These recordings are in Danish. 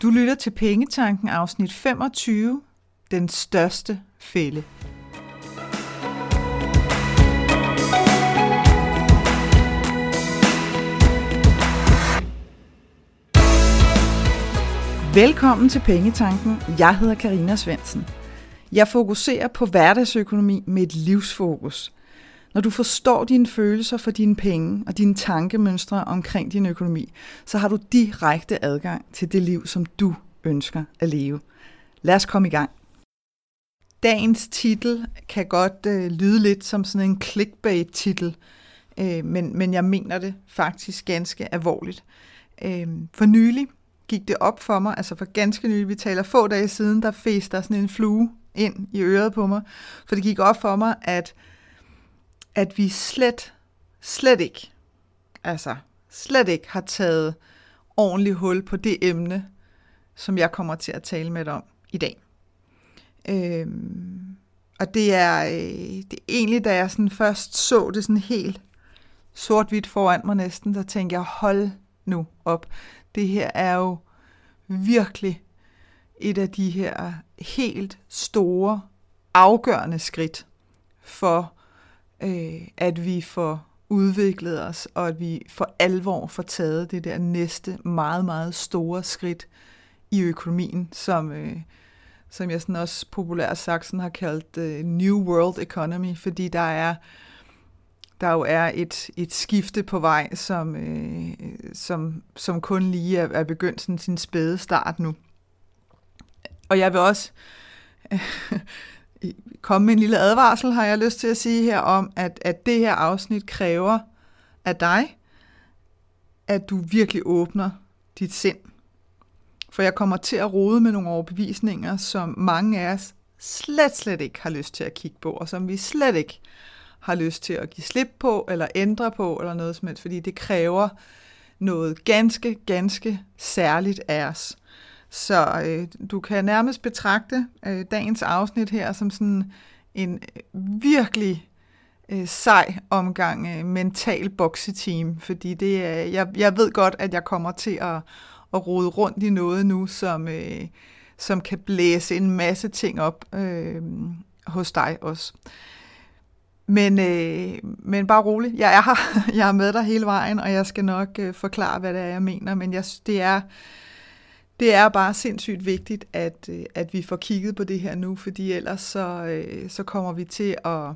Du lytter til Pengetanken afsnit 25, den største fælde. Velkommen til Pengetanken. Jeg hedder Karina Svendsen. Jeg fokuserer på hverdagsøkonomi med et livsfokus. Når du forstår dine følelser for dine penge og dine tankemønstre omkring din økonomi, så har du direkte adgang til det liv, som du ønsker at leve. Lad os komme i gang. Dagens titel kan godt lyde lidt som sådan en clickbait-titel, men jeg mener det faktisk ganske alvorligt. For nylig gik det op for mig, altså for ganske nylig, vi taler få dage siden, der fes der sådan en flue ind i øret på mig, for det gik op for mig, at vi slet ikke har taget ordentligt hul på det emne, som jeg kommer til at tale med dig om i dag. Og det er egentlig, da jeg sådan først så det sådan helt sort-hvidt foran mig næsten, der tænkte jeg, hold nu op. Det her er jo virkelig et af de her helt store, afgørende skridt for at vi får udviklet os, og at vi for alvor får taget det der næste meget, meget store skridt i økonomien, som jeg sådan også populært sagt sådan har kaldt New World Economy, fordi der jo er et skifte på vej, som kun lige er begyndt sådan sin spæde start nu. Og jeg vil også komme med en lille advarsel, har jeg lyst til at sige her, om, at det her afsnit kræver af dig, at du virkelig åbner dit sind. For jeg kommer til at rode med nogle overbevisninger, som mange af os slet ikke har lyst til at kigge på, og som vi slet ikke har lyst til at give slip på, eller ændre på, eller noget som helst, fordi det kræver noget ganske særligt af os. Så du kan nærmest betragte dagens afsnit her som sådan en virkelig sej omgang mental bokseteam, fordi det er, jeg ved godt, at jeg kommer til at rode rundt i noget nu, som kan blæse en masse ting op hos dig også. Men bare rolig, jeg er her, jeg er med dig hele vejen, og jeg skal nok forklare, hvad det er, jeg mener, men det er bare sindssygt vigtigt, at vi får kigget på det her nu, fordi ellers så kommer vi til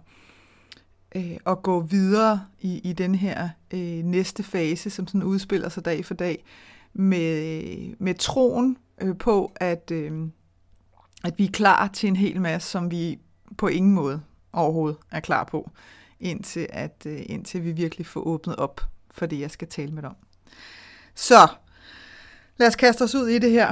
at gå videre i den her næste fase, som sådan udspiller sig dag for dag, med troen på, at vi er klar til en hel masse, som vi på ingen måde overhovedet er klar på, indtil vi virkelig får åbnet op for det, jeg skal tale med dig om. Så lad os kaste os ud i det her.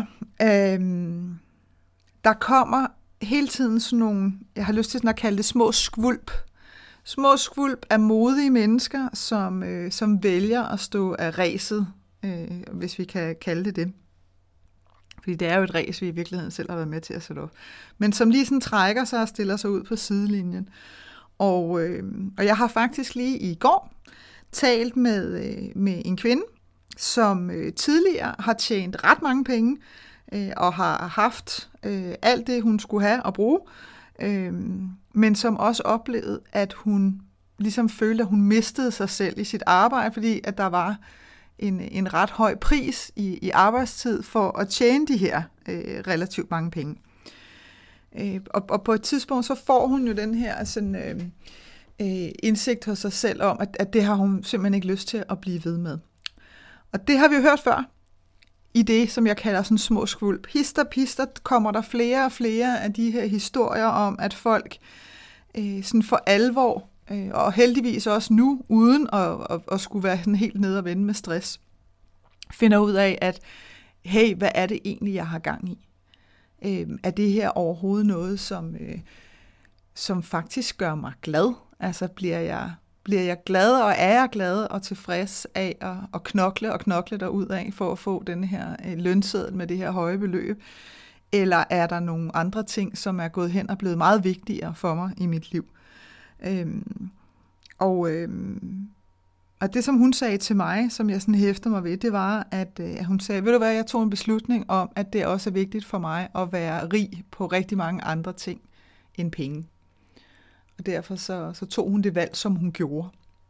Der kommer hele tiden sådan nogle, jeg har lyst til sådan at kalde det små skvulp. Små skvulp af modige mennesker, som vælger at stå af ræset, hvis vi kan kalde det det. Fordi det er jo et ræs, vi i virkeligheden selv har været med til at sætte op. Men som lige sådan trækker sig og stiller sig ud på sidelinjen. Og jeg har faktisk lige i går talt med en kvinde, som tidligere har tjent ret mange penge, og har haft alt det, hun skulle have og bruge, men som også oplevede, at hun ligesom følte, at hun mistede sig selv i sit arbejde, fordi at der var en ret høj pris i arbejdstid for at tjene de her relativt mange penge. Og på et tidspunkt, så får hun jo den her sådan, indsigt hos sig selv om, at det har hun simpelthen ikke lyst til at blive ved med. Og det har vi jo hørt før, i det, som jeg kalder sådan små skvulp. Hister pister kommer der flere og flere af de her historier om, at folk sådan for alvor, og heldigvis også nu, uden at skulle være sådan helt nede og vende med stress, finder ud af, at hey, hvad er det egentlig, jeg har gang i? Er det her overhovedet noget, som faktisk gør mig glad? Altså bliver jeg glad, og er jeg glad og tilfreds af at knokle derudad for at få den her lønseddel med det her høje beløb? Eller er der nogle andre ting, som er gået hen og blevet meget vigtigere for mig i mit liv? Og Og det, som hun sagde til mig, som jeg sådan hæftede mig ved, det var, at hun sagde, ved du hvad, jeg tog en beslutning om, at det også er vigtigt for mig at være rig på rigtig mange andre ting end penge. Og derfor så tog hun det valg, som hun gjorde.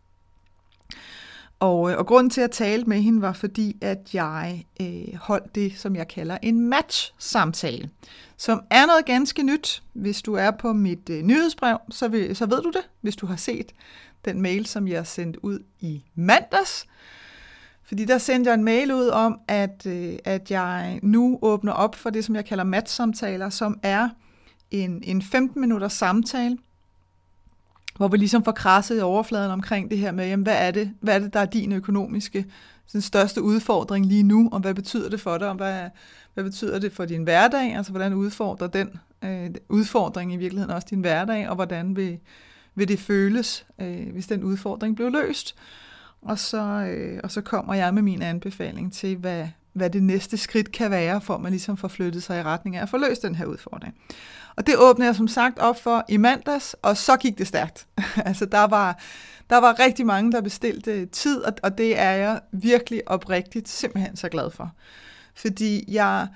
Og grunden til at tale med hende var fordi, at jeg holdt det, som jeg kalder en match-samtale, som er noget ganske nyt. Hvis du er på mit nyhedsbrev, så ved du det, hvis du har set den mail, som jeg sendte ud i mandags. Fordi der sendte jeg en mail ud om, at jeg nu åbner op for det, som jeg kalder match-samtaler, som er en 15-minutters samtale, hvor vi ligesom får krasset i overfladen omkring det her med, jamen, hvad er det, der er din økonomiske den største udfordring lige nu, og hvad betyder det for dig, og hvad betyder det for din hverdag, altså hvordan udfordrer den udfordring i virkeligheden også din hverdag, og hvordan vil det føles, hvis den udfordring blev løst. Og så kommer jeg med min anbefaling til, hvad det næste skridt kan være, for at man ligesom får flyttet sig i retning af at få løst den her udfordring. Og det åbnede jeg som sagt op for i mandags, og så gik det stærkt. Altså der var rigtig mange, der bestilte tid, og det er jeg virkelig oprigtigt simpelthen så glad for. Fordi jeg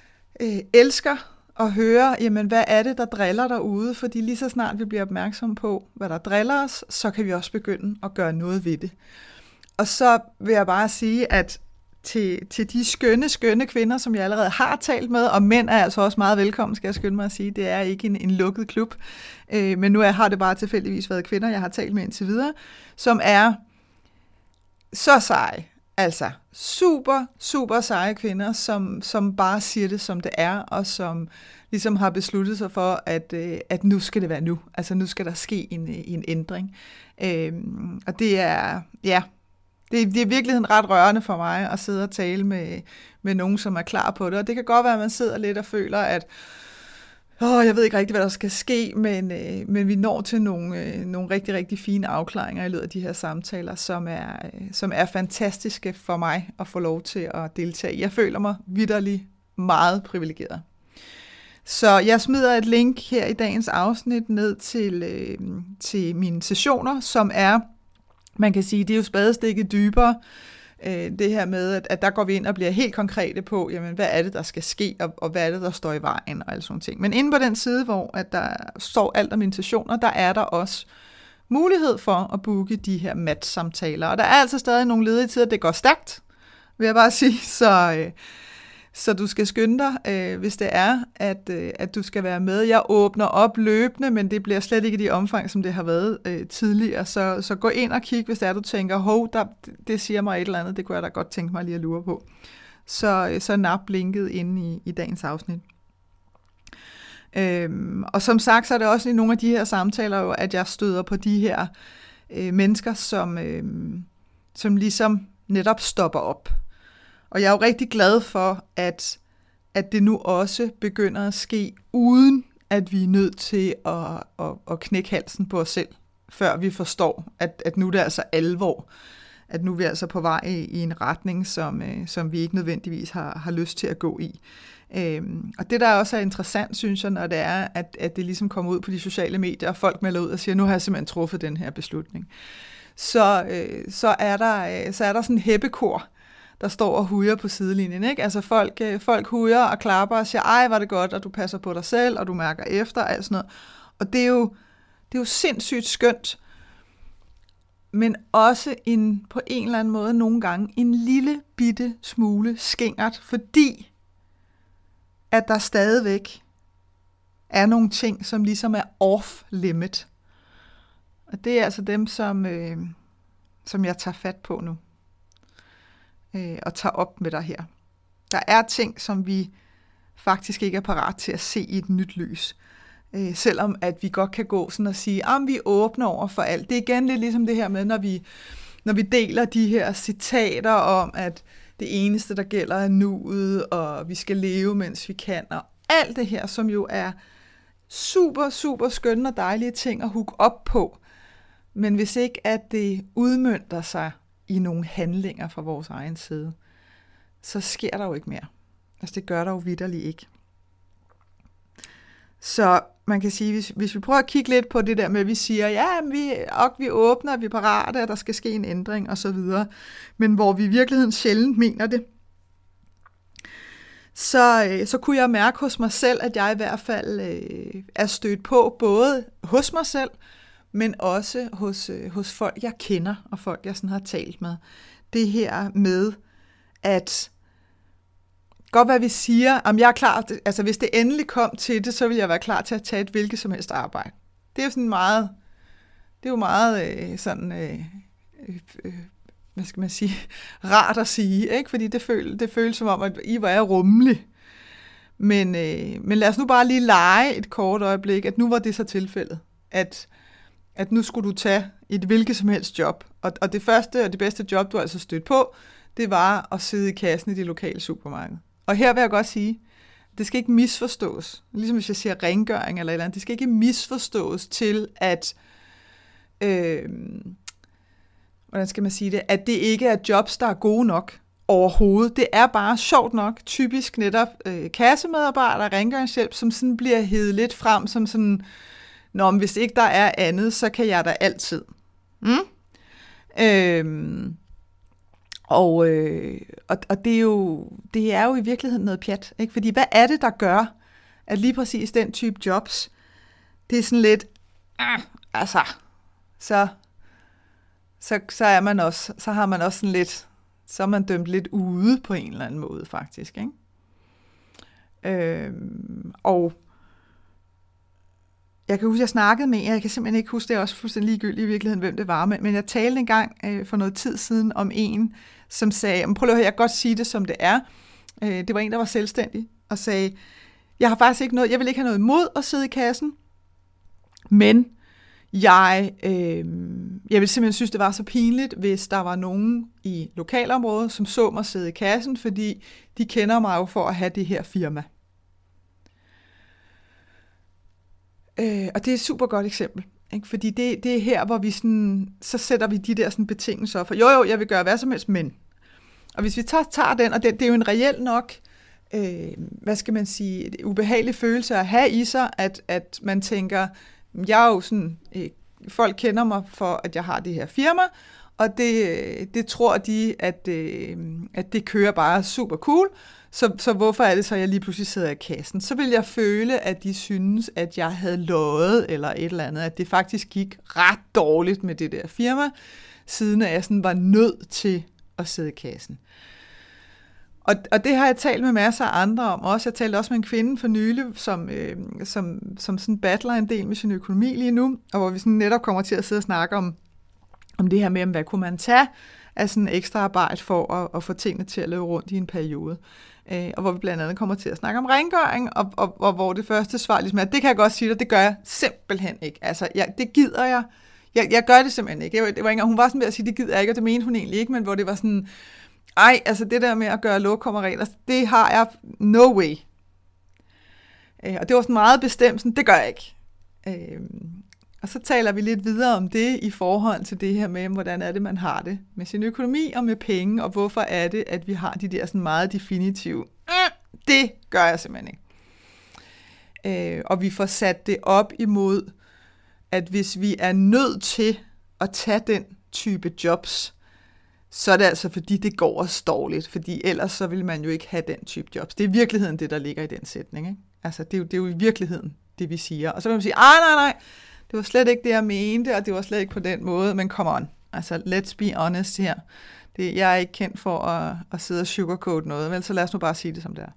elsker at høre, jamen hvad er det, der driller derude? Fordi lige så snart vi bliver opmærksomme på, hvad der driller os, så kan vi også begynde at gøre noget ved det. Og så vil jeg bare sige, at til de skønne kvinder, som jeg allerede har talt med, og mænd er altså også meget velkommen, skal jeg skynde mig at sige. Det er ikke en lukket klub, men nu har det bare tilfældigvis været kvinder, jeg har talt med indtil videre, som er så seje. Altså super, super seje kvinder, som bare siger det, som det er, og som ligesom har besluttet sig for, at nu skal det være nu. Altså nu skal der ske en ændring. Og det er, ja, det er i virkeligheden ret rørende for mig at sidde og tale med nogen, som er klar på det. Og det kan godt være, at man sidder lidt og føler, at jeg ved ikke rigtig, hvad der skal ske, men vi når til nogle rigtig, rigtig fine afklaringer i løbet af de her samtaler, som er fantastiske for mig at få lov til at deltage i. Jeg føler mig vitterligt meget privilegeret. Så jeg smider et link her i dagens afsnit ned til mine sessioner, som er, man kan sige, det er jo spadestikket dybere, det her med, at der går vi ind og bliver helt konkrete på, jamen, hvad er det, der skal ske, og hvad er det, der står i vejen, og alle sådan ting. Men inde på den side, hvor at der står alt om mine sessioner, der er der også mulighed for at booke de her match-samtaler. Og der er altså stadig nogle ledige tider, det går stærkt, vil jeg bare sige, så du skal skynde dig, hvis det er, at du skal være med. Jeg åbner op løbende, men det bliver slet ikke i de omfang, som det har været tidligere. Så gå ind og kig, hvis det er, du tænker, det siger mig et eller andet, det kunne jeg da godt tænke mig lige at lure på. Så nap linket inde i dagens afsnit. Og som sagt, så er det også i nogle af de her samtaler, jo, at jeg støder på de her mennesker, som ligesom netop stopper op. Og jeg er jo rigtig glad for, at det nu også begynder at ske, uden at vi er nødt til at knække halsen på os selv, før vi forstår, at nu er det altså alvor. At nu er vi altså på vej i en retning, som vi ikke nødvendigvis har lyst til at gå i. Og det, der også er interessant, synes jeg, når det er, at det ligesom kommer ud på de sociale medier, og folk melder ud og siger, nu har jeg simpelthen truffet den her beslutning. Så er der sådan en heppekor, der står og hujer på sidelinjen, ikke? Altså folk hujer og klapper og siger, ej, var det godt, og du passer på dig selv, og du mærker efter, og alt sådan noget. Og det er jo sindssygt skønt, men også på en eller anden måde nogle gange en lille bitte smule skingert, fordi at der stadigvæk er nogle ting, som ligesom er off-limit. Og det er altså dem, som jeg tager fat på nu. Og tager op med dig her. Der er ting, som vi faktisk ikke er parat til at se i et nyt lys. Selvom at vi godt kan gå sådan og sige, vi åbner over for alt. Det er igen lidt ligesom det her med, når vi deler de her citater om, at det eneste, der gælder, er nuet, og vi skal leve, mens vi kan, og alt det her, som jo er super, super skønne og dejlige ting at hooke op på. Men hvis ikke, at det udmønter sig i nogle handlinger fra vores egen side, så sker der jo ikke mere. Altså det gør der jo vitterligt ikke. Så man kan sige, hvis vi prøver at kigge lidt på det der med, at vi siger, ja, vi åbner, vi er parate, og der skal ske en ændring osv., men hvor vi i virkeligheden sjældent mener det, så kunne jeg mærke hos mig selv, at jeg i hvert fald er stødt på, både hos mig selv, men også hos folk, jeg kender, og folk, jeg sådan har talt med. Det her med, at godt hvad vi siger, om jeg er klar, altså hvis det endelig kom til det, så vil jeg være klar til at tage et hvilket som helst arbejde. Det er jo sådan meget, hvad skal man sige, rart at sige, ikke? Fordi det føles som om, at I var rummelig. Men lad os nu bare lige lege et kort øjeblik, at nu var det så tilfældet, at nu skulle du tage et hvilket som helst job. Og det første og det bedste job, du altså stødt på, det var at sidde i kassen i det lokale supermarked. Og her vil jeg godt sige, det skal ikke misforstås. Ligesom hvis jeg siger rengøring eller et eller andet, det skal ikke misforstås til, at hvordan skal man sige det, at det ikke er jobs, der er gode nok overhovedet. Det er bare sjovt nok, typisk netop kassemedarbejdere, rengøringshjælp, som sådan bliver hevet lidt frem, som sådan, men hvis ikke der er andet, så kan jeg da altid. Og det er jo i virkeligheden noget pjat, ikke? Fordi hvad er det, der gør, at lige præcis den type jobs, det er sådan lidt, så er man også, så har man også sådan lidt, så er man dømt lidt ude på en eller anden måde faktisk, ikke? Og jeg kan huske, jeg snakkede med, jeg kan simpelthen ikke huske, det er også fuldstændig ligegyldigt i virkeligheden, hvem det var, men jeg talte engang for noget tid siden om en, som sagde, prøv at høre, jeg kan godt sige det, som det er. Det var en, der var selvstændig, og sagde, jeg har faktisk ikke noget, jeg vil ikke have noget imod at sidde i kassen, men jeg vil simpelthen synes, det var så pinligt, hvis der var nogen i lokalområdet, som så mig sidde i kassen, fordi de kender mig jo for at have det her firma. Og det er et super godt eksempel, ikke? Fordi det er her, hvor vi sådan, så sætter vi de der sådan betingelser for, jo, jeg vil gøre hvad som helst, men. Og hvis vi tager den, og det er jo en reel nok, hvad skal man sige, ubehagelig følelse at have i sig, at man tænker, jeg er jo sådan, folk kender mig for, at jeg har det her firma, og det tror de, at det kører bare super cool, så hvorfor er det så, at jeg lige pludselig sidder i kassen? Så vil jeg føle, at de synes, at jeg havde løjet eller et eller andet, at det faktisk gik ret dårligt med det der firma, siden jeg sådan var nødt til at sidde i kassen. Og det har jeg talt med masser af andre om også. Jeg talte også med en kvinde for nylig, som sådan battler en del med sin økonomi lige nu, og hvor vi sådan netop kommer til at sidde og snakke om det her med, hvad kunne man tage af sådan ekstra arbejde for at få tingene til at løbe rundt i en periode. Og hvor vi blandt andet kommer til at snakke om rengøring, og hvor det første svar ligesom er, det kan jeg godt sige dig, det gør jeg simpelthen ikke. Altså, det gider jeg. Jeg gør det simpelthen ikke. Hun var sådan ved at sige, det gider jeg ikke, og det mente hun egentlig ikke, men hvor det var sådan, altså det der med at gøre lokummer regler, det har jeg no way. Og det var sådan meget bestemt, sådan, det gør jeg ikke. Og så taler vi lidt videre om det i forhold til det her med, hvordan er det, man har det med sin økonomi og med penge, og hvorfor er det, at vi har de der sådan meget definitive, det gør jeg simpelthen ikke. Og vi får sat det op imod, at hvis vi er nødt til at tage den type jobs, så er det altså, fordi det går os dårligt, fordi ellers så vil man jo ikke have den type jobs. Det er i virkeligheden det, der ligger i den sætning, ikke? Altså, det er jo i virkeligheden det, vi siger. Og så vil man sige, nej, det var slet ikke det, jeg mente, og det var slet ikke på den måde, men come on. Altså, let's be honest her. Jeg er ikke kendt for at sidde og sugarcoat noget, vel, så lad os nu bare sige det, som det er.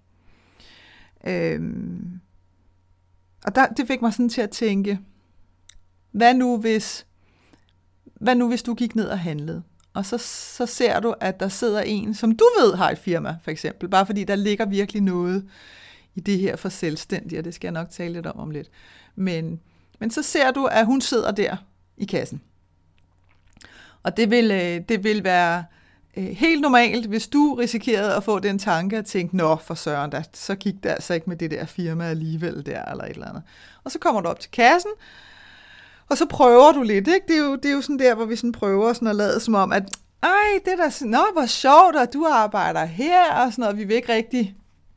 Og det fik mig sådan til at tænke, hvad nu hvis du gik ned og handlede, og så ser du, at der sidder en, som du ved har et firma, for eksempel, bare fordi der ligger virkelig noget i det her for selvstændige, og det skal jeg nok tale lidt om lidt. Men så ser du, at hun sidder der i kassen. Og det vil være helt normalt, hvis du risikerede at få den tanke at tænke, nå for søren da, så gik det altså ikke med det der firma alligevel der, eller et eller andet. Og så kommer du op til kassen, og så prøver du lidt, ikke? Det er jo sådan der, hvor vi sådan prøver sådan at lade som om, at det der, hvor sjovt, at du arbejder her, og sådan noget, vi vil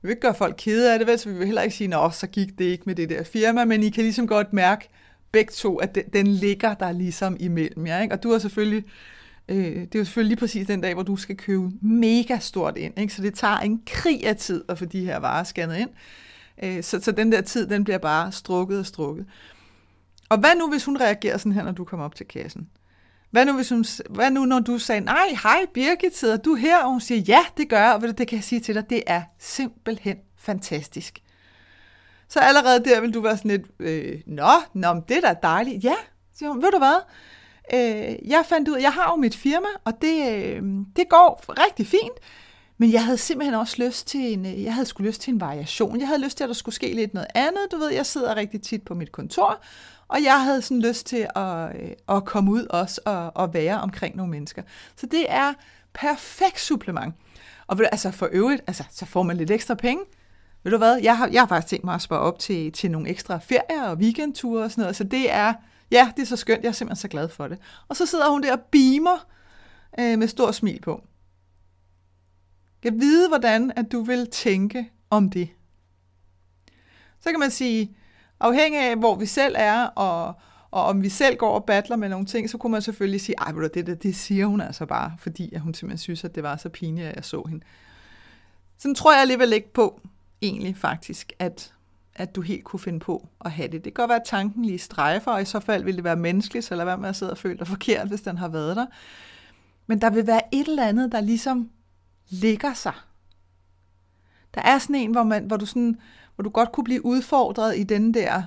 vil ikke gøre folk kede af det, vel? Så vi vil heller ikke sige, nå, så gik det ikke med det der firma, men I kan ligesom godt mærke begge to, at den ligger der ligesom imellem jer, ikke? Og du har selvfølgelig, det er jo selvfølgelig lige præcis den dag, hvor du skal købe mega stort ind, ikke? Så det tager en krig af tid at få de her varer scannet ind. Så den der tid, den bliver bare strukket og strukket. Og hvad nu, hvis hun reagerer sådan her, når du kommer op til kassen? Hvad nu, når du sagde, nej, hej Birgit, sidder du her? Og hun siger, ja, det gør jeg, og det kan jeg sige til dig, det er simpelthen fantastisk. Så allerede der vil du være sådan lidt, nå, det er da dejligt. Ja, siger hun, ved du hvad? Jeg fandt ud af, jeg har jo mit firma, og det går rigtig fint, men jeg havde simpelthen også lyst til en variation. Jeg havde lyst til, at der skulle ske lidt noget andet. Du ved, jeg sidder rigtig tit på mit kontor, og jeg havde sådan lyst til at komme ud også og være omkring nogle mennesker. Så det er perfekt supplement. Og altså for øvrigt, så får man lidt ekstra penge. Ved du hvad, jeg har faktisk tænkt mig at spare op til nogle ekstra ferier og weekendture og sådan noget. Så det er så skønt. Jeg er simpelthen så glad for det. Og så sidder hun der og beamer med stor smil på. Jeg vide, hvordan at du vil tænke om det. Så kan man sige, afhængig af, hvor vi selv er, og om vi selv går og battler med nogle ting, så kunne man selvfølgelig sige, det siger hun altså bare, fordi at hun simpelthen synes, at det var så pinligt, at jeg så hende. Sådan tror jeg alligevel ikke på, egentlig faktisk, at du helt kunne finde på at have det. Det kan godt være, at tanken lige strejfer, og i så fald vil det være menneskeligt, så lad være med at sidde og føle dig forkert, hvis den har været der. Men der vil være et eller andet, der ligesom ligger sig. Der er sådan en, hvor du godt kunne blive udfordret i den der,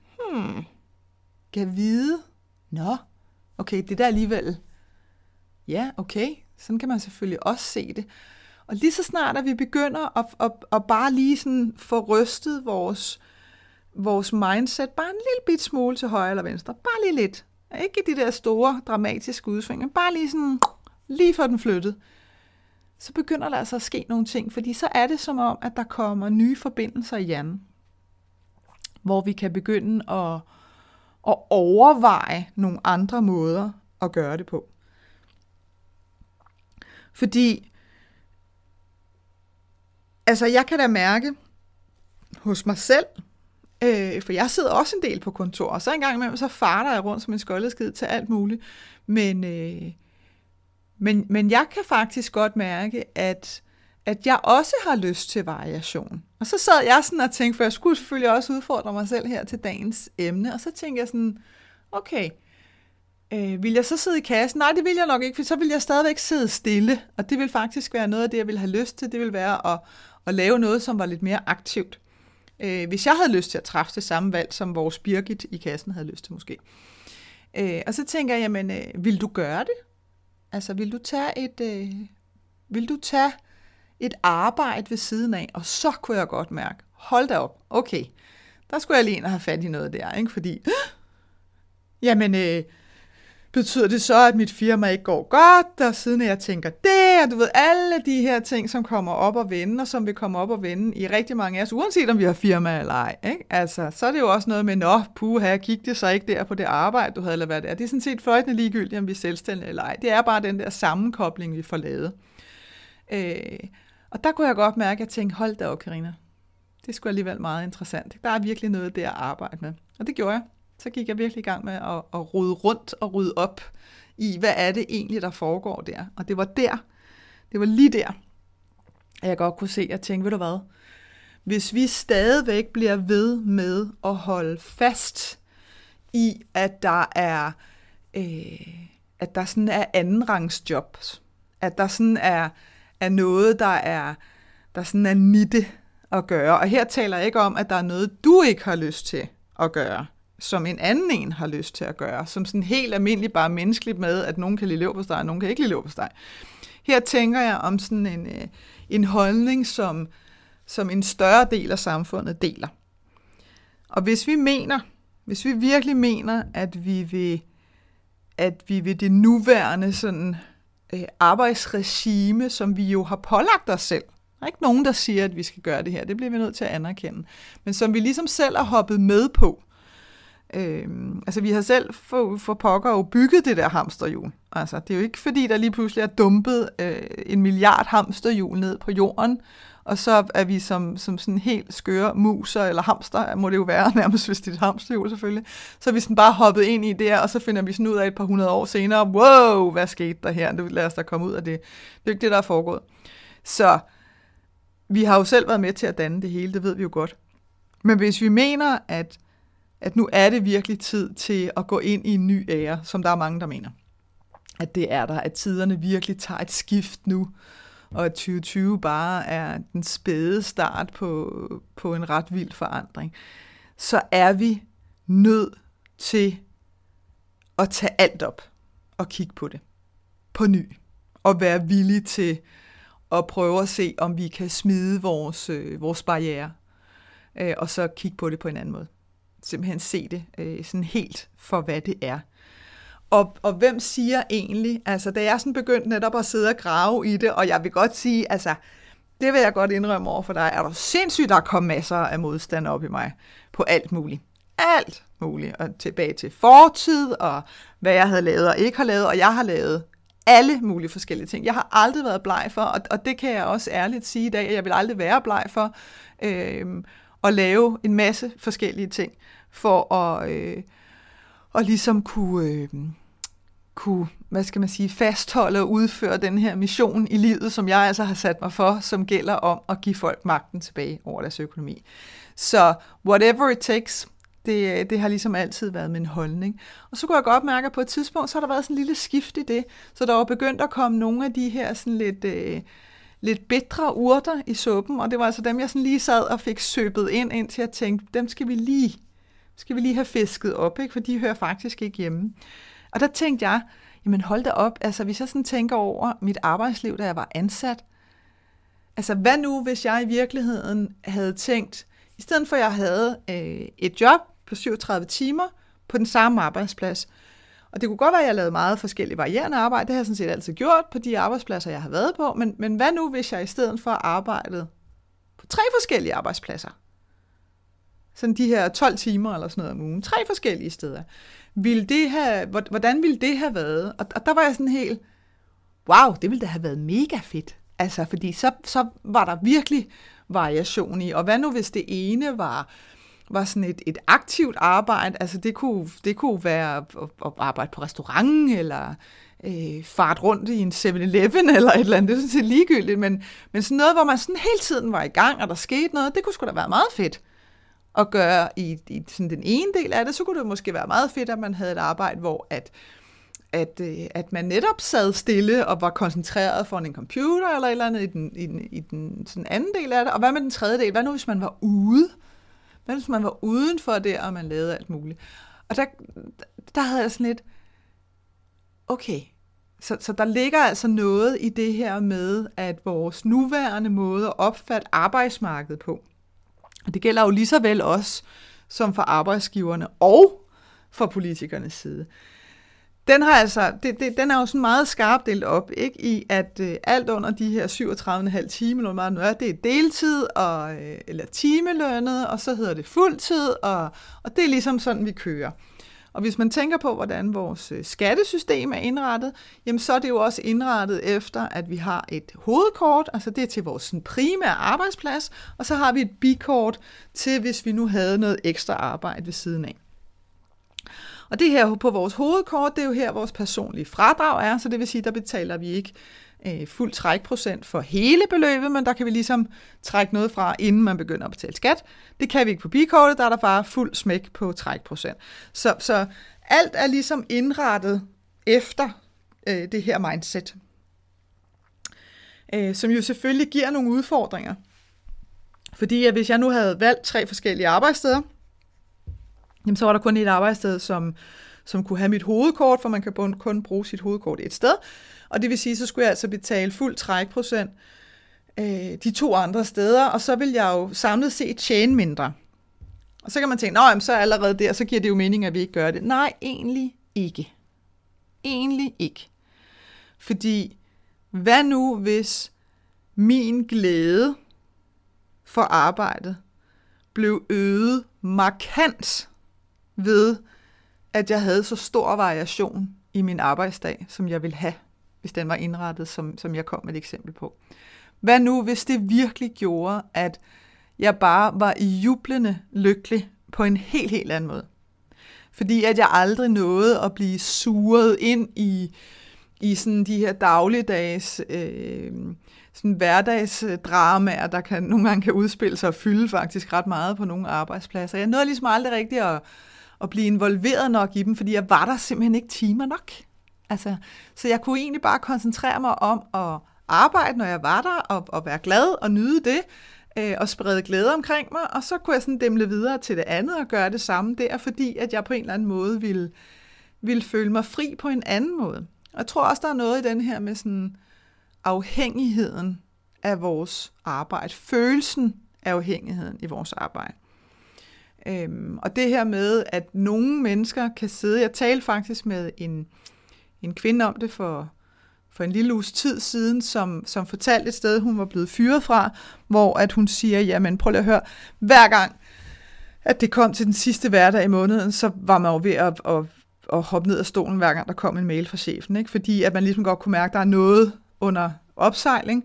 kan vide, okay, det der alligevel, ja, okay, sådan kan man selvfølgelig også se det. Og lige så snart, at vi begynder at bare lige sådan få rystet vores mindset, bare en lille bit smule til højre eller venstre, bare lige lidt, ikke de der store, dramatiske udsving, bare lige sådan, lige for den flyttet, så begynder der altså at ske nogle ting, fordi så er det som om, at der kommer nye forbindelser i hjernen, hvor vi kan begynde at overveje nogle andre måder at gøre det på. Fordi, jeg kan da mærke hos mig selv, for jeg sidder også en del på kontor, og så en gang imellem, så farter jeg rundt som en skoldeskid til alt muligt, men jeg kan faktisk godt mærke, at jeg også har lyst til variation. Og så sad jeg sådan og tænkte, for jeg skulle selvfølgelig også udfordre mig selv her til dagens emne, og så tænkte jeg sådan, okay, vil jeg så sidde i kassen? Nej, det vil jeg nok ikke, for så vil jeg stadigvæk sidde stille, og det vil faktisk være noget af det, jeg vil have lyst til. Det vil være at lave noget, som var lidt mere aktivt. Hvis jeg havde lyst til at træffe det samme valg, som vores Birgit i kassen havde lyst til måske. Og så tænker jeg, jamen, vil du gøre det? Altså, vil du tage et arbejde ved siden af? Og så kunne jeg godt mærke, hold da op, okay, der skulle jeg lige ind og have fat i noget der, ikke? Fordi, jamen, betyder det så, at mit firma ikke går godt, og siden jeg tænker det, og du ved, alle de her ting, som kommer op og vende, og som vil komme op og vende i rigtig mange af os, uanset om vi har firma eller ej, ikke? Altså, så er det jo også noget med, puha, gik det så ikke der på det arbejde, du havde, eller hvad det er. Det er sådan set fløjtende ligegyldigt, om vi er selvstændige eller ej. Det er bare den der sammenkobling, vi får lavet. Og der kunne jeg godt mærke, at jeg tænkte, hold da op, Karina. Det er sgu alligevel meget interessant. Der er virkelig noget der at arbejde med. Og det gjorde jeg. Så gik jeg virkelig i gang med at rode rundt og rydde op i, hvad er det egentlig, der foregår der. Og det var lige der, at jeg godt kunne se, at jeg tænkte, ved du hvad, hvis vi stadigvæk bliver ved med at holde fast i, at der er, at der sådan er andenrangsjobs, at der sådan er noget, der sådan er nitte at gøre. Og her taler jeg ikke om, at der er noget, du ikke har lyst til at gøre, som en anden en har lyst til at gøre, som sådan helt almindeligt bare menneskeligt med, at nogen kan lide leverpostej, og nogen kan ikke lide leverpostej. Her tænker jeg om sådan en holdning, som en større del af samfundet deler. Og hvis vi virkelig mener, at vi ved det nuværende sådan, arbejdsregime, som vi jo har pålagt os selv, der er ikke nogen, der siger, at vi skal gøre det her, det bliver vi nødt til at anerkende, men som vi ligesom selv har hoppet med på. Vi har selv for pokker jo bygget det der hamsterhjul. Altså, det er jo ikke fordi, der lige pludselig er dumpet 1 milliard hamsterhjul ned på jorden, og så er vi som sådan helt skøre muser eller hamster, må det jo være nærmest, hvis det er et hamsterhjul selvfølgelig, så er vi sådan bare hoppet ind i det, og så finder vi sådan ud af et par 100 år senere, wow, hvad skete der her? Lad os da komme ud af det. Det er jo ikke det, der er foregået. Så vi har jo selv været med til at danne det hele, det ved vi jo godt. Men hvis vi mener, at nu er det virkelig tid til at gå ind i en ny æra, som der er mange, der mener, at det er der, at tiderne virkelig tager et skift nu, og at 2020 bare er den spæde start på en ret vild forandring, så er vi nødt til at tage alt op og kigge på det på ny, og være villige til at prøve at se, om vi kan smide vores barriere, og så kigge på det på en anden måde. Simpelthen se det sådan helt for, hvad det er. Og hvem siger egentlig, altså da jeg sådan begyndte netop at sidde og grave i det, og jeg vil godt sige, altså det vil jeg godt indrømme over for dig, er der sindssygt, der kom masser af modstand op i mig på alt muligt. Alt muligt. Og tilbage til fortid, og hvad jeg havde lavet og ikke har lavet, og jeg har lavet alle mulige forskellige ting. Jeg har aldrig været bleg for, og det kan jeg også ærligt sige i dag, at jeg vil aldrig være bleg for, at lave en masse forskellige ting, for at ligesom kunne, hvad skal man sige, fastholde og udføre den her mission i livet, som jeg altså har sat mig for, som gælder om at give folk magten tilbage over deres økonomi. Så whatever it takes, det har ligesom altid været min holdning. Og så kunne jeg godt mærke, at på et tidspunkt, så har der været sådan en lille skift i det, så der var begyndt at komme nogle af de her sådan lidt bitre urter i suppen, og det var altså dem, jeg sådan lige sad og fik søbet ind, indtil jeg tænkte, dem skal vi lige have fisket op, ikke? For de hører faktisk ikke hjemme. Og der tænkte jeg, jamen hold da op, altså hvis jeg sådan tænker over mit arbejdsliv, da jeg var ansat, altså hvad nu, hvis jeg i virkeligheden havde tænkt, i stedet for at jeg havde et job på 37 timer på den samme arbejdsplads, og det kunne godt være, at jeg lavede meget forskellige varierende arbejde, det har jeg sådan set altid gjort på de arbejdspladser, jeg har været på, men hvad nu, hvis jeg i stedet for arbejdede på 3 forskellige arbejdspladser? Sådan de her 12 timer eller sådan noget om ugen, 3 forskellige steder. Hvordan ville det have været? Og der var jeg sådan helt, wow, det ville da have været mega fedt. Altså, fordi så var der virkelig variation i. Og hvad nu, hvis det ene var sådan et aktivt arbejde? Altså, det kunne være at arbejde på restauranten, eller fart rundt i en 7-Eleven, eller et eller andet. Det er sådan set ligegyldigt, men sådan noget, hvor man sådan hele tiden var i gang, og der skete noget, det kunne sgu da være meget fedt at gøre i sådan den ene del af det. Så kunne det måske være meget fedt, at man havde et arbejde, hvor at man netop sad stille og var koncentreret foran en computer eller et eller andet i den sådan anden del af det. Og hvad med den tredje del? Hvad nu, hvis man var ude? Hvad hvis man var uden for det, og man lavede alt muligt? Og der havde jeg sådan lidt, okay, så der ligger altså noget i det her med, at vores nuværende måde at opfatte arbejdsmarkedet på, og det gælder jo lige så vel også som for arbejdsgiverne og for politikernes side. Den har altså, den er jo sådan meget skarpt delt op, ikke, i at alt under de her 37,5 timer, eller meget noget, det er deltid eller timelønnet, og så hedder det fuldtid, og det er ligesom sådan, vi kører. Og hvis man tænker på, hvordan vores skattesystem er indrettet, jamen så er det jo også indrettet efter, at vi har et hovedkort, altså det er til vores primære arbejdsplads, og så har vi et bikort til, hvis vi nu havde noget ekstra arbejde ved siden af. Og det her på vores hovedkort, det er jo her, vores personlige fradrag er, så det vil sige, der betaler vi ikke fuld trækprocent for hele beløbet, men der kan vi ligesom trække noget fra, inden man begynder at betale skat. Det kan vi ikke på bikortet, der er der bare fuld smæk på trækprocent. Så alt er ligesom indrettet efter det her mindset, som jo selvfølgelig giver nogle udfordringer. Fordi at hvis jeg nu havde valgt 3 forskellige arbejdssteder, jamen så var der kun et arbejdssted, som kunne have mit hovedkort, for man kan kun bruge sit hovedkort et sted. Og det vil sige, så skulle jeg altså betale fuld trækprocent de 2 andre steder, og så vil jeg jo samlet set tjene mindre. Og så kan man tænke, så allerede der, så giver det jo mening, at vi ikke gør det. Nej, egentlig ikke. Egentlig ikke. Fordi, hvad nu hvis min glæde for arbejdet blev øget markant ved, at jeg havde så stor variation i min arbejdsdag, som jeg ville have, hvis den var indrettet, som jeg kom med et eksempel på. Hvad nu, hvis det virkelig gjorde, at jeg bare var jublende lykkelig på en helt, helt anden måde? Fordi at jeg aldrig nåede at blive suget ind i sådan de her dagligdags, sådan hverdagsdramaer, der nogle gange kan udspille sig og fylde faktisk ret meget på nogle arbejdspladser. Jeg nåede ligesom aldrig rigtigt at blive involveret nok i dem, fordi jeg var der simpelthen ikke timer nok. Altså, så jeg kunne egentlig bare koncentrere mig om at arbejde, når jeg var der, og være glad og nyde det, og sprede glæde omkring mig, og så kunne jeg sådan demle videre til det andet og gøre det samme der, fordi at jeg på en eller anden måde ville føle mig fri på en anden måde. Og jeg tror også, der er noget i den her med sådan afhængigheden af vores arbejde, følelsen af afhængigheden i vores arbejde. Og det her med, at nogle mennesker kan sidde, jeg talte faktisk med en kvinde om det for en lille uges tid siden, som fortalte et sted, hun var blevet fyret fra, hvor at hun siger, jamen prøv lige at høre, hver gang, at det kom til den sidste hverdag i måneden, så var man jo ved at hoppe ned af stolen, hver gang der kom en mail fra chefen, ikke? Fordi at man ligesom godt kunne mærke, at der er noget under opsejling,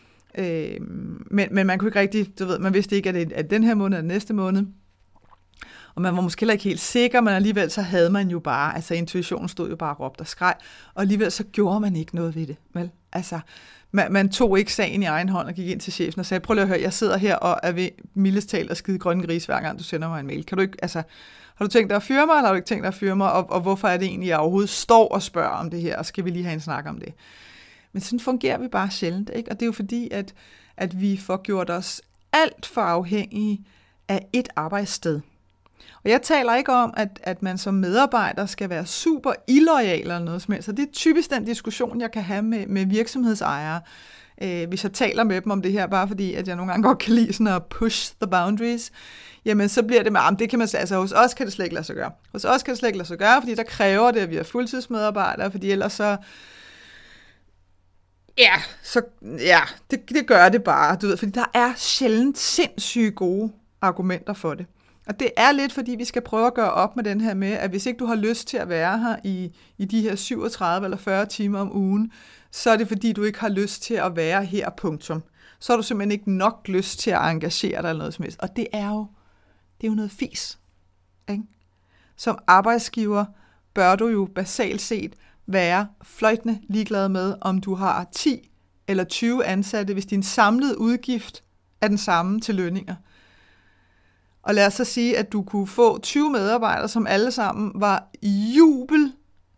men man kunne ikke rigtig, man vidste ikke, at det er den her måned eller næste måned, og man var måske heller ikke helt sikker, men alligevel så havde man jo bare, altså intuitionen stod jo bare og råbte og skreg, og alligevel så gjorde man ikke noget ved det, vel? Altså, man tog ikke sagen i egen hånd og gik ind til chefen og sagde, prøv lige at høre, jeg sidder her og er ved mildest talt at skide grønne gris, hver gang du sender mig en mail. Kan du ikke, altså, har du tænkt dig at fyre mig, eller har du ikke tænkt dig at fyre mig, og hvorfor er det egentlig, jeg overhovedet står og spørger om det her, og skal vi lige have en snak om det? Men sådan fungerer vi bare sjældent, ikke? Og det er jo fordi, at vi får gjort os alt for afhængige af et arbejdssted. Og jeg taler ikke om, at man som medarbejder skal være super illoyal eller noget som helst. Så det er typisk den diskussion, jeg kan have med virksomhedsejere, hvis jeg taler med dem om det her, bare fordi, at jeg nogle gange godt kan lide sådan at push the boundaries. Jamen, så bliver det med, det kan man altså hos os kan det slet ikke lade sig gøre. Hos os kan det slet ikke lade sig gøre, fordi der kræver det, at vi er fuldtidsmedarbejdere, fordi ellers så... Ja, det gør det bare, du ved, fordi der er sjældent sindssygt gode argumenter for det. Og det er lidt, fordi vi skal prøve at gøre op med den her med, at hvis ikke du har lyst til at være her i de her 37 eller 40 timer om ugen, så er det fordi, du ikke har lyst til at være her, punktum. Så har du simpelthen ikke nok lyst til at engagere dig eller noget som helst. Og det er jo noget fis, ikke? Som arbejdsgiver bør du jo basalt set være fløjtende ligeglad med, om du har 10 eller 20 ansatte, hvis din samlede udgift er den samme til lønninger. Og lad os så sige, at du kunne få 20 medarbejdere, som alle sammen var jubel,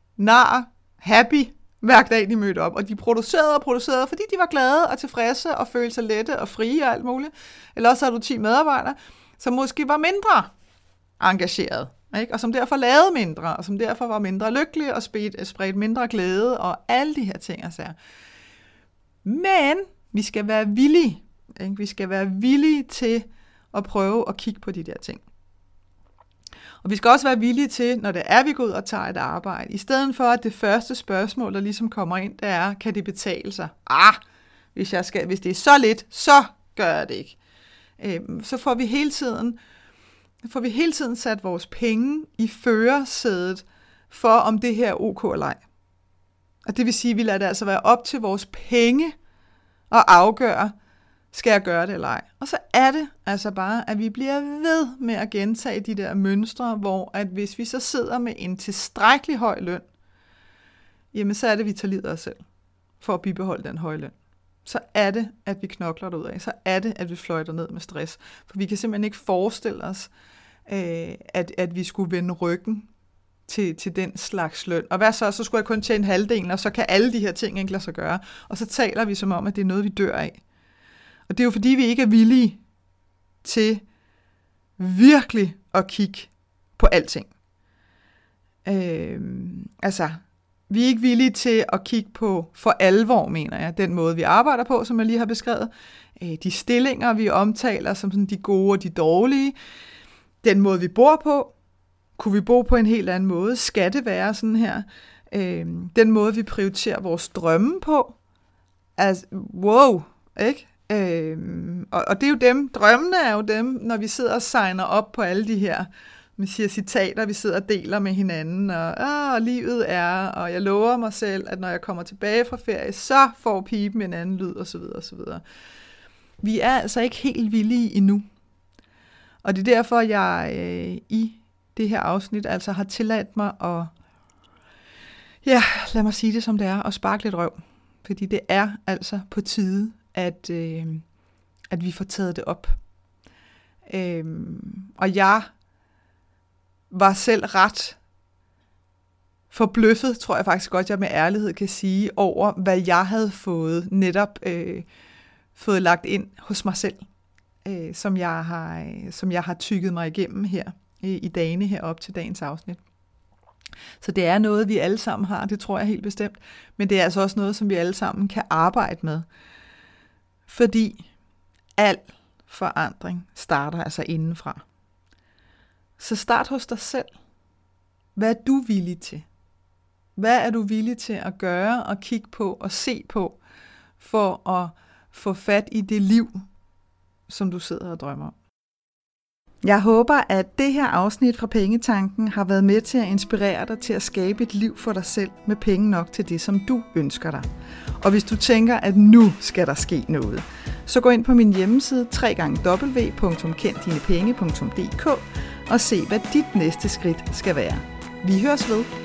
happy, hver dag de mødte op. Og de producerede, fordi de var glade og tilfredse og følte sig lette og frie og alt muligt. Eller også har du 10 medarbejdere, som måske var mindre engageret, ikke? Og som derfor lavede mindre, og som derfor var mindre lykkelige og spredte mindre glæde og alle de her ting. Altså. Men vi skal være villige, ikke? Vi skal være villige til og prøve at kigge på de der ting. Og vi skal også være villige til, når det er, vi går ud og tager et arbejde, i stedet for, at det første spørgsmål, der ligesom kommer ind, det er, kan det betale sig? Hvis det er så lidt, så gør jeg det ikke. Så får vi hele tiden sat vores penge i førersædet for, om det her er ok eller ej. Og det vil sige, at vi lader det altså være op til vores penge at afgøre, skal jeg gøre det eller ej? Og så er det altså bare, at vi bliver ved med at gentage de der mønstre, hvor at hvis vi så sidder med en tilstrækkelig høj løn, jamen så er det, vi tager livet af os selv for at bibeholde den høje løn. Så er det, at vi knokler derud af. Så er det, at vi fløjter ned med stress. For vi kan simpelthen ikke forestille os, at vi skulle vende ryggen til den slags løn. Og hvad så skulle jeg kun tjene halvdelen, og så kan alle de her ting ikke lade sig gøre. Og så taler vi som om, at det er noget, vi dør af. Og det er jo fordi, vi ikke er villige til virkelig at kigge på alting. Vi er ikke villige til at kigge på for alvor, mener jeg, den måde, vi arbejder på, som jeg lige har beskrevet. De stillinger, vi omtaler som sådan de gode og de dårlige. Den måde, vi bor på. Kunne vi bo på en helt anden måde? Skal det være sådan her? Den måde, vi prioriterer vores drømme på. Altså, wow, ikke? Og det er jo dem, drømmene er jo dem, når vi sidder og signer op på alle de her man siger citater, vi sidder og deler med hinanden, og livet er, og jeg lover mig selv, at når jeg kommer tilbage fra ferie, så får pipen en anden lyd, osv. osv. Vi er altså ikke helt villige endnu. Og det er derfor, jeg i det her afsnit altså har tilladt mig at, lad mig sige det som det er, og sparke lidt røv. Fordi det er altså på tide, at vi får taget det op. Og jeg var selv ret forbløffet, tror jeg faktisk godt, jeg med ærlighed kan sige, over hvad jeg havde fået lagt ind hos mig selv, som jeg har tygget mig igennem her i dagene herop til dagens afsnit. Så det er noget, vi alle sammen har, det tror jeg helt bestemt, men det er altså også noget, som vi alle sammen kan arbejde med. Fordi al forandring starter altså indenfra. Så start hos dig selv. Hvad er du villig til? Hvad er du villig til at gøre og kigge på og se på, for at få fat i det liv, som du sidder og drømmer om? Jeg håber, at det her afsnit fra Pengetanken har været med til at inspirere dig til at skabe et liv for dig selv med penge nok til det, som du ønsker dig. Og hvis du tænker, at nu skal der ske noget, så gå ind på min hjemmeside www.kenddinepenge.dk og se, hvad dit næste skridt skal være. Vi høres ved.